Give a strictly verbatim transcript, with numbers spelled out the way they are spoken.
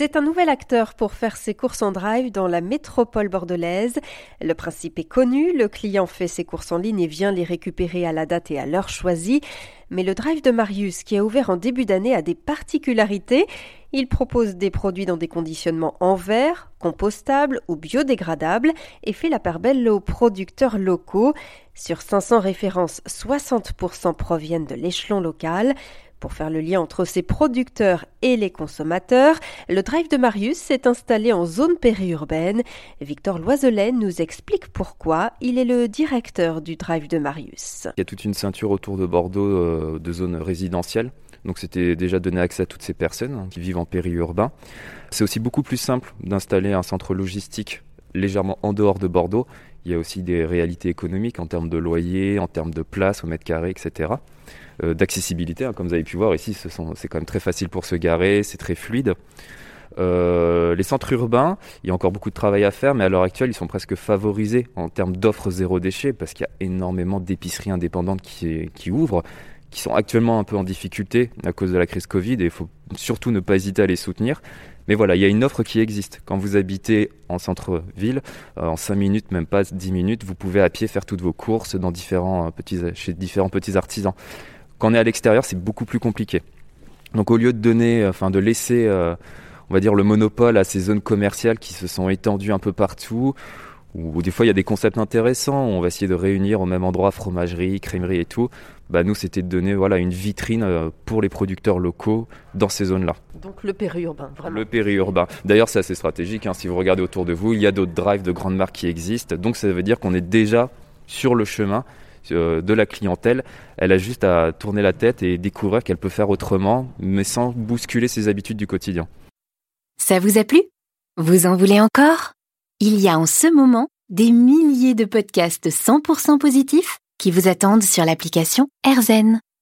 C'est un nouvel acteur pour faire ses courses en drive dans la métropole bordelaise. Le principe est connu, le client fait ses courses en ligne et vient les récupérer à la date et à l'heure choisie. Mais le drive de Marius, qui a ouvert en début d'année, a des particularités. Il propose des produits dans des conditionnements en verre, compostables ou biodégradables et fait la part belle aux producteurs locaux. Sur cinq cents références, soixante pour cent proviennent de l'échelon local. Pour faire le lien entre ces producteurs et les consommateurs, le drive de Marius s'est installé en zone périurbaine. Victor Loiselet nous explique pourquoi. Il est le directeur du drive de Marius. Il y a toute une ceinture autour de Bordeaux euh, de zones résidentielles. Donc c'était déjà donné accès à toutes ces personnes hein, qui vivent en périurbain. C'est aussi beaucoup plus simple d'installer un centre logistique légèrement en dehors de Bordeaux. Il y a aussi des réalités économiques en termes de loyer, en termes de place au mètre carré, et cetera. Euh, d'accessibilité, hein, comme vous avez pu voir ici, ce sont, c'est quand même très facile pour se garer, c'est très fluide. Euh, les centres urbains, il y a encore beaucoup de travail à faire, mais à l'heure actuelle, ils sont presque favorisés en termes d'offres zéro déchet, parce qu'il y a énormément d'épiceries indépendantes qui, qui ouvrent, qui sont actuellement un peu en difficulté à cause de la crise Covid, et il faut surtout ne pas hésiter à les soutenir. Mais voilà, il y a une offre qui existe. Quand vous habitez en centre-ville, euh, en cinq minutes, même pas dix minutes, vous pouvez à pied faire toutes vos courses dans différents, euh, petits, chez différents petits artisans. Quand on est à l'extérieur, c'est beaucoup plus compliqué. Donc au lieu de donner, enfin de laisser, euh, on va dire, le monopole à ces zones commerciales qui se sont étendues un peu partout, où des fois il y a des concepts intéressants, où on va essayer de réunir au même endroit fromagerie, crèmerie et tout, bah nous c'était de donner voilà, une vitrine pour les producteurs locaux dans ces zones-là. Donc le périurbain, vraiment. Le périurbain. D'ailleurs c'est assez stratégique, hein. Si vous regardez autour de vous, il y a d'autres drives de grandes marques qui existent, donc ça veut dire qu'on est déjà sur le chemin euh, de la clientèle. Elle a juste à tourner la tête et découvrir qu'elle peut faire autrement, mais sans bousculer ses habitudes du quotidien. Ça vous a plu ? Vous en voulez encore ? Il y a en ce moment des milliers de podcasts cent pour cent positifs qui vous attendent sur l'application AirZen.